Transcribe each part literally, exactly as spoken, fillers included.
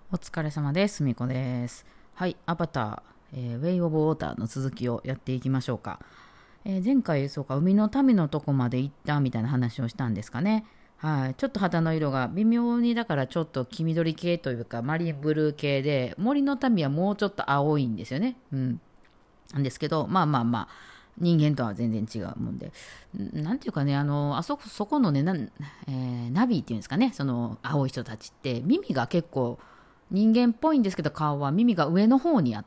お疲れ様です。みこです。はい、アバター、えーウェイ・オブ・ウォーターの続きをやっていきましょうか。えー前回、そうか、海の民のとこまで行ったみたいな話をしたんですかね。はい、ちょっと肌の色が微妙に、だからちょっと黄緑系というか、マリンブルー系で、森の民はもうちょっと青いんですよね。うん。なんですけど、まあまあまあ、人間とは全然違うもんで、んなんていうかね、あの、あそこ、そこのね、なん、えーナビっていうんですかね、その青い人たちって、耳が結構、人間っぽいんですけど、顔は耳が上の方にあって、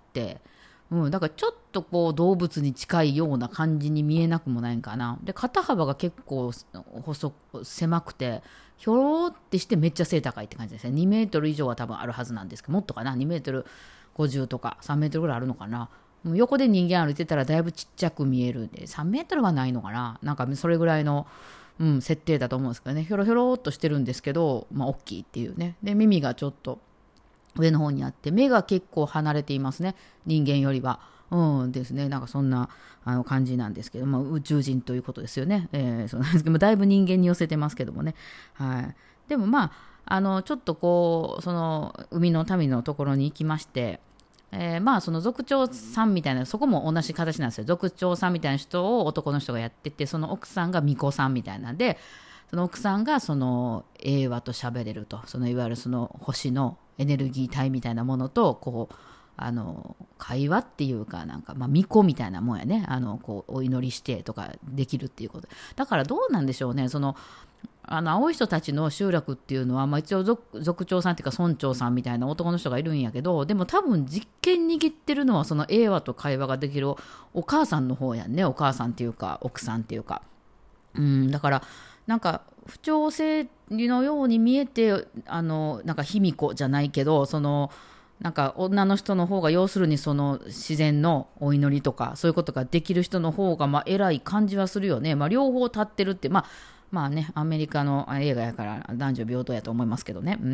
うん、だからちょっとこう動物に近いような感じに見えなくもないんかな。で、肩幅が結構細く、狭くて、ひょろーってしてめっちゃ背高いって感じですね。にメートル以上は多分あるはずなんですけど、もっとかな、にメートルごじゅうとかさんメートルぐらいあるのかな。もう横で人間歩いてたらだいぶちっちゃく見えるんで、さんメートルはないのかな。なんかそれぐらいの、うん、設定だと思うんですけどね。ひょろひょろっとしてるんですけど、まあ大きいっていうね。で、耳がちょっと上の方にあって、目が結構離れていますね。人間よりは。うんですね。なんかそんなあの感じなんですけど、まあ、宇宙人ということですよね。えー、そうなんですけど、だいぶ人間に寄せてますけどもね。はい。でもまあ、あの、ちょっとこう、その、海の民のところに行きまして、えーまあその族長さんみたいな、そこも同じ形なんですよ。族長さんみたいな人を男の人がやってて、その奥さんが巫女さんみたいなんで、その奥さんがその英和と喋れると、そのいわゆるその星のエネルギー体みたいなものとこうあの会話っていうか、なんかまあ巫女みたいなもんやね。あのこうお祈りしてとかできるっていうことだから、どうなんでしょうね。そのあの青い人たちの集落っていうのは、まあ、一応族族長さんっていうか村長さんみたいな男の人がいるんやけど、でも多分実権握ってるのはその英和と会話ができるお母さんの方やんね。お母さんっていうか奥さんっていうか、うん、だからなんか不調整のように見えて、あのなんか卑弥呼じゃないけど、そのなんか女の人の方が要するにその自然のお祈りとかそういうことができる人の方がまあ偉い感じはするよね。まあ、両方立ってるって、まあまあね、アメリカの映画やから男女平等やと思いますけどね。うん、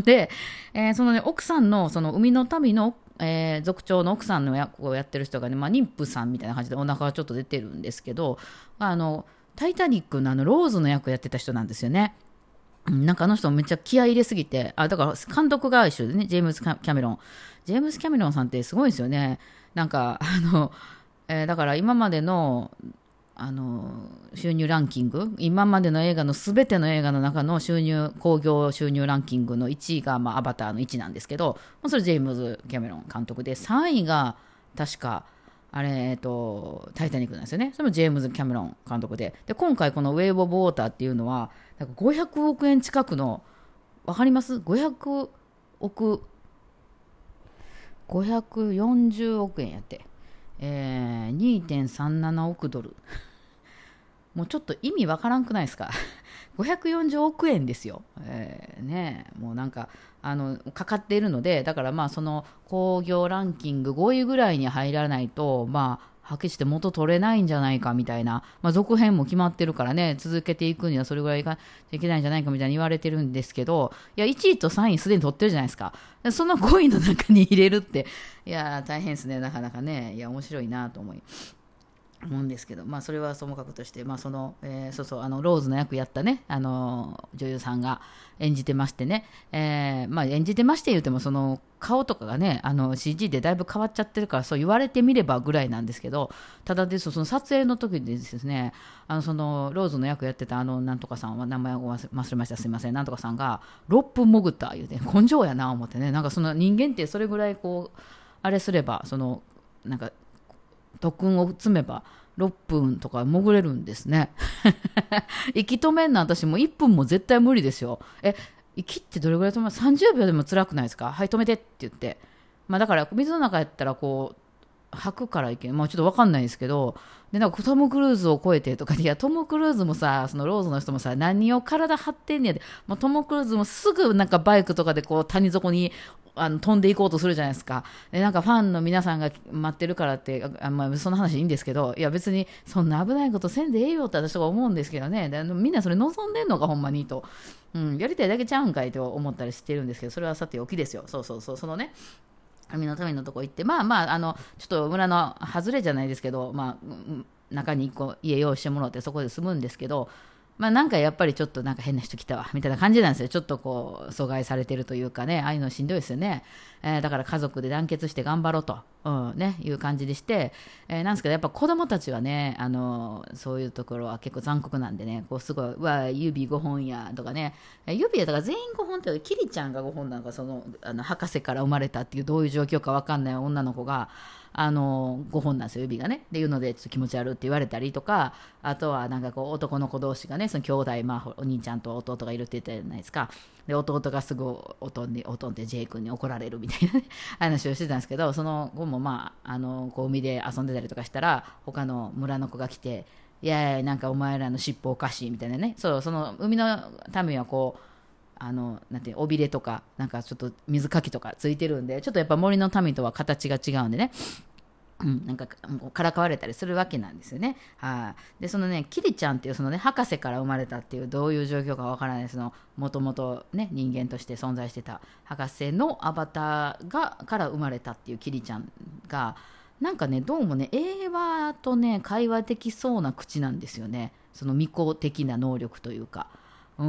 で、えーそのね、奥さんの、その海の民の、えー族長の奥さんの役をやってる人がね、まあ、妊婦さんみたいな感じでお腹がちょっと出てるんですけど、あの、タイタニックのあの、ローズの役やってた人なんですよね。うん、なんかあの人めっちゃ気合い入れすぎて、あ、だから監督が一緒でね、ジェームズ・キャメロン。ジェームズ・キャメロンさんってすごいですよね。なんか、あの、えーだから今までの、あの、収入ランキング、今までの映画のすべての映画の中の収入、興行収入ランキングのいちいが、まあ、アバターのいちなんですけど、まあそれジェームズ・キャメロン監督で、さんいが、確か、あれ、えっと、タイタニックなんですよね。それもジェームズ・キャメロン監督で。で、今回このウェイブ・オブ・ウォーターっていうのは、なんかごひゃくおくえん近くの、わかります？ ごひゃく 億、ごひゃくよんじゅうおく円やって。えー、にてんさんななおくドル。もうちょっと意味わからんくないですか？ごひゃくよんじゅうおく円ですよ。えー、ねえもうなんか、あの、かかっているので、だからまあその興行ランキングごいぐらいに入らないと、まあ、はっきりして元取れないんじゃないかみたいな、まあ、続編も決まってるからね、続けていくにはそれぐらいいかなきゃいけないんじゃないかみたいに言われてるんですけど、いや、いちいとさんいすでに取ってるじゃないですか。そのごいの中に入れるって、いや、大変ですね、なかなかね。いや、面白いなと思い。思うんですけど、まあ、それはともかくとして、まあそのえーそうそうあのローズの役やったね、あの女優さんが演じてましてね、えーまあ、演じてまして言うてもその顔とかがね、あの シージー でだいぶ変わっちゃってるから、そう言われてみればぐらいなんですけど、ただですその撮影の時にですね、あのそのローズの役やってたあのなんとかさんは名前を忘れました、すいません、なんとかさんがろっぷん潜った言うて根性やな思ってね、なんかその人間ってそれぐらいこうあれすれば、そのなんか特訓を積めばろっぷんとか潜れるんですね。息止めんの私もいっぷんも絶対無理ですよ。え、息ってどれぐらい止める？ さんじゅう 秒でも辛くないですか？はい、止めてって言って。まあだから水の中やったらこう、吐くからいけん。まあちょっとわかんないですけど、で、なんかトム・クルーズを超えてとか、いや、トム・クルーズもさ、そのローズの人もさ、何を体張ってんねやで、もうトム・クルーズもすぐなんかバイクとかでこう谷底にあの飛んでいこうとするじゃないですか。で、なんかファンの皆さんが待ってるからって、ああまあ、その話いいんですけど、いや別にそんな危ないことせんでええよって私は思うんですけどね。であのみんなそれ望んでんのかほんまにと。うん、やりたいだけちゃうんかいと思ったりしてるんですけど、それはさておきですよ。そうそうそう、そのね、網の民のとこ行って、まあまあ、あの、ちょっと村の外れじゃないですけど、まあ、うん中に一個家用意してもらってそこで住むんですけど、 まあなんかやっぱりちょっとなんか変な人来たわみたいな感じなんですよ。ちょっとこう阻害されてるというかね、ああいうのしんどいですよね。えーだから家族で団結して頑張ろうと、うんね、いう感じでして、えーなんですけどやっぱ子供たちはね、あのそういうところは結構残酷なんでね、こうすごい、うわ指ごほんやとかね、えー指やだから全員ごほんって、キリちゃんがごほんなのか、そのあの博士から生まれたっていうどういう状況かわかんない女の子があのごほんなんですよ、指がね。っていうのでちょっと気持ち悪いって言われたりとか、あとはなんかこう男の子同士がね、その兄弟、まあ、お兄ちゃんと弟がいるって言ったじゃないですか。で弟がすぐおとんにおとんって J 君に怒られるみたいな、ね、話をしてたんですけど、その後もまああのこう海で遊んでたりとかしたら他の村の子が来て、いやいやなんかお前らの尻尾おかしいみたいなね。そうその海の民はこうあのなんて尾びれとかなんかちょっと水かきとかついてるんで、ちょっとやっぱ森の民とは形が違うんでね、うん、なんかからかわれたりするわけなんですよね。はい、でそのねキリちゃんっていうそのね博士から生まれたっていうどういう状況かわからない、そのもともとね人間として存在してた博士のアバターがから生まれたっていうキリちゃんがなんかねどうもね英和とね会話できそうな口なんですよね。その未公的な能力というか。うん、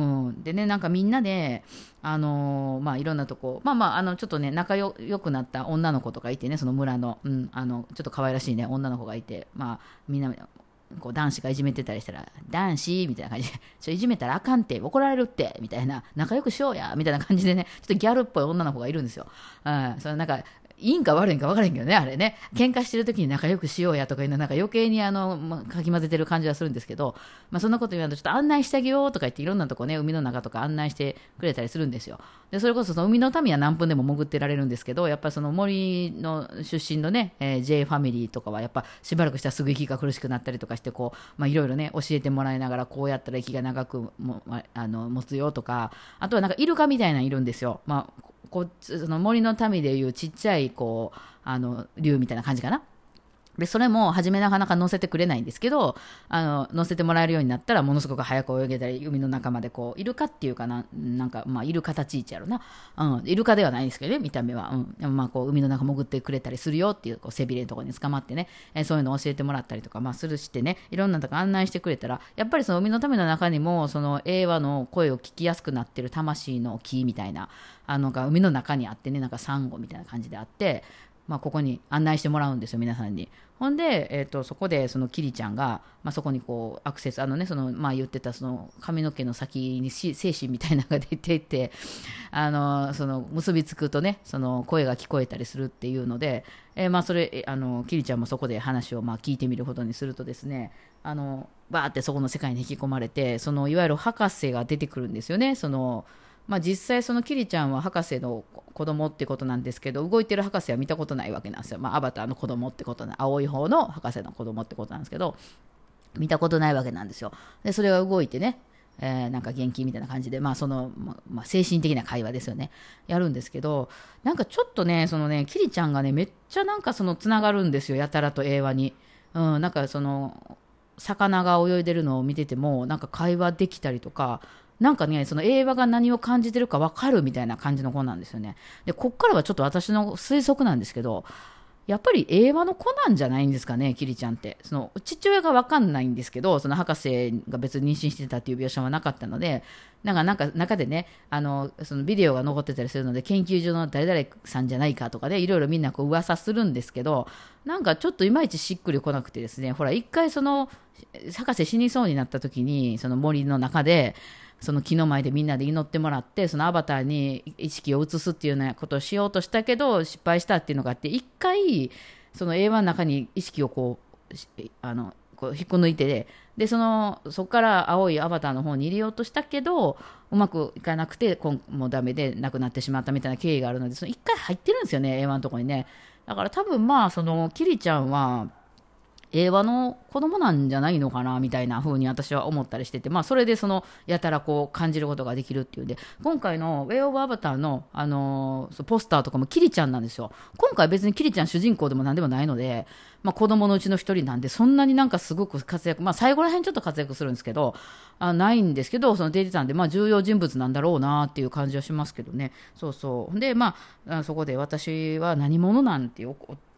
でねなんかみんなで、あのーまあ、いろんなとこまあまああのちょっとね仲よよくなった女の子とかいてね、その村の、うん、あのちょっと可愛らしいね女の子がいて、まあみんなこう男子がいじめてたりしたら男子みたいな感じでちょいじめたらあかんって怒られるってみたいな、仲良くしようやみたいな感じでね、ちょっとギャルっぽい女の子がいるんですよ。うん、それなんかいいんか悪いんか分からへんけどね、あれね、喧嘩してる時に仲良くしようやとかいうのなんか余計にあの、まあ、かき混ぜてる感じはするんですけど、まあ、そんなこと言われるとちょっと案内してあげようとか言っていろんなとこね海の中とか案内してくれたりするんですよ。でそれこそその海の民は何分でも潜ってられるんですけど、やっぱりその森の出身のね、えー、J ファミリーとかはやっぱしばらくしたらすぐ息が苦しくなったりとかしてこう、まあ、いろいろね教えてもらいながらこうやったら息が長くも、まあ、あの持つよとか、あとはなんかイルカみたいなのいるんですよ。まあこその森の民でいうちっちゃいこうあの竜みたいな感じかな。でそれも初めなかなか乗せてくれないんですけど、あの乗せてもらえるようになったらものすごく早く泳げたり海の中までこうイルカっていうかな、なんかまあイルカ立ち位置やろな、うん、イルカではないですけどね見た目は、うん、でもまあこう海の中潜ってくれたりするよっていう、こう背びれのところに捕まってね、えーそういうのを教えてもらったりとか、まあ、するしてねいろんなとこ案内してくれたら、やっぱりその海の民の中にもその英和の声を聞きやすくなってる魂の木みたいなあのが海の中にあってね、なんかサンゴみたいな感じであって、まあ、ここに案内してもらうんですよ皆さんに。ほんで、えー、とそこでそのキリちゃんが、まあ、そこにこうアクセスあのねその、まあ、言ってたその髪の毛の先にし精神みたいなのが出ていて、あのその結びつくとねその声が聞こえたりするっていうので、えーまあ、それえあのキリちゃんもそこで話をまあ聞いてみることにするとですね、あのバーってそこの世界に引き込まれて、そのいわゆる博士が出てくるんですよね。そのまあ、実際そのキリちゃんは博士の子供ってことなんですけど、動いてる博士は見たことないわけなんですよ。まあ、アバターの子供ってことな、青い方の博士の子供ってことなんですけど、見たことないわけなんですよ。でそれが動いてね、えーなんか元気みたいな感じで、まあそのままあ、精神的な会話ですよね、やるんですけど、なんかちょっとねそのねキリちゃんがねめっちゃなんかそのつながるんですよ、やたらと英和に。うん、なんかその魚が泳いでるのを見ててもなんか会話できたりとか、なんかねその英和が何を感じてるか分かるみたいな感じの子なんですよね。でこっからはちょっと私の推測なんですけど、やっぱり英和の子なんじゃないんですかね、キリちゃんって。その父親が分かんないんですけど、その博士が別に妊娠してたっていう描写はなかったので、なんかなんか中でねあのそのビデオが残ってたりするので、研究所の誰々さんじゃないかとかでいろいろみんなこう噂するんですけど、なんかちょっといまいちしっくりこなくてですね、ほら一回その博士死にそうになった時にその森の中でその木の前でみんなで祈ってもらって、そのアバターに意識を移すっていうようなことをしようとしたけど失敗したっていうのがあって、一回その エーワン の中に意識をこうあのこう引っこ抜いて、でそのそこから青いアバターの方に入れようとしたけどうまくいかなくて今もうダメで亡くなってしまったみたいな経緯があるので、その一回入ってるんですよね エーワン のところにね。だから多分まあそのキリちゃんは英和の子供なんじゃないのかなみたいな風に私は思ったりしてて、まあ、それでそのやたらこう感じることができるっていうんで、今回のウェイ・オブ・アバターの、あのーポスターとかもキリちゃんなんですよ。今回別にキリちゃん主人公でも何でもないので、まあ、子供のうちの一人なんでそんなになんかすごく活躍、まあ、最後ら辺ちょっと活躍するんですけどあないんですけど、その出てたんで、まあ、重要人物なんだろうなっていう感じはしますけどね。そうそうで、まあ、そこで私は何者なんてよ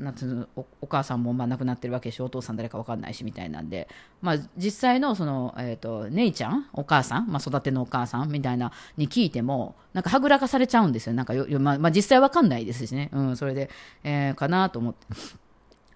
なんつうの お, お母さんもまあ亡くなってるわけでしょ、お父さん誰か分かんないしみたいなんで、まあ、実際のその、えー、と姉ちゃんお母さん、まあ、育てのお母さんみたいなに聞いてもなんかはぐらかされちゃうんですよ。なんかよよ、まあまあ、実際分かんないですしね、うん、それで、えー、かなと思って。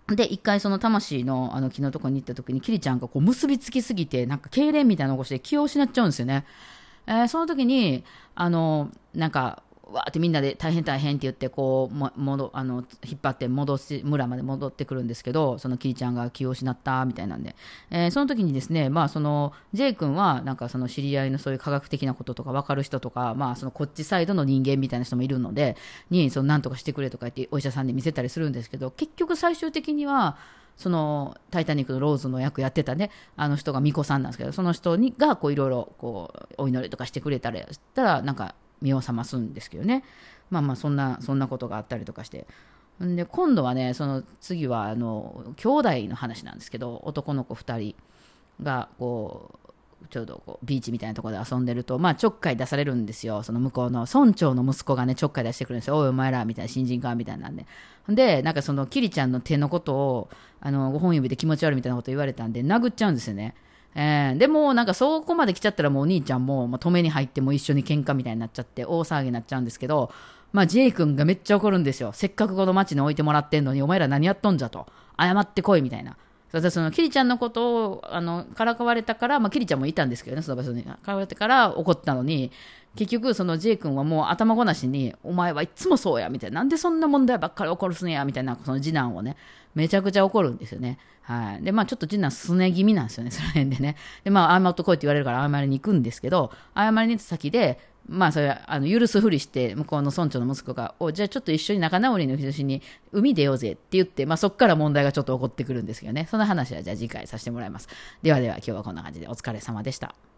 で一回その魂のあの木のとこに行った時にキリちゃんがこう結びつきすぎてなんか痙攣みたいなのを起こして気を失っちゃうんですよね。えーその時にあのなんかわーってみんなで大変大変って言ってこうも戻あの引っ張って戻し村まで戻ってくるんですけど、そのキリちゃんが気を失ったみたいなんで、えーその時にですね、まあその J 君はなんかその知り合いのそういう科学的なこととか分かる人とか、まあそのこっちサイドの人間みたいな人もいるのでにその何とかしてくれとか言ってお医者さんに見せたりするんですけど、結局最終的にはそのタイタニックのローズの役やってたねあの人が巫女さんなんですけど、その人にがこういろいろこうお祈りとかしてくれたらしたらなんか身を覚ますんですけどね。まあまあそんなそんなことがあったりとかして、んで今度はねその次はあの兄弟の話なんですけど、男の子ふたりがこうちょうどこうビーチみたいなところで遊んでると、まあ、ちょっかい出されるんですよ。その向こうの村長の息子がねちょっかい出してくるんですよ。おいお前らみたいな新人かみたいなんで、でなんかそのキリちゃんの手のことをあのご本指で気持ち悪いみたいなこと言われたんで殴っちゃうんですよね。えー、でもなんかそこまで来ちゃったらもうお兄ちゃんも、まあ、止めに入っても一緒に喧嘩みたいになっちゃって大騒ぎになっちゃうんですけど、まあ、J 君がめっちゃ怒るんですよ。せっかくこの町に置いてもらってんのにお前ら何やっとんじゃと、謝ってこいみたいな。それそのキリちゃんのことをあのからかわれたから、まあ、キリちゃんもいたんですけどね、その場所にからかわれてから怒ったのに、結局その J 君はもう頭ごなしにお前はいつもそうやみたいな、なんでそんな問題ばっかり起こるすんやみたいな、その次男をねめちゃくちゃ怒るんですよね。はい。でまあちょっと次男すね気味なんですよね、その辺でね。でまあ謝ってこいって言われるから謝りに行くんですけど、謝りに行った先でまあそれあの許すふりして向こうの村長の息子がおじゃあちょっと一緒に仲直りの日に海出ようぜって言って、まあ、そこから問題がちょっと起こってくるんですけどね。その話はじゃあ次回させてもらいます。ではでは今日はこんな感じでお疲れ様でした。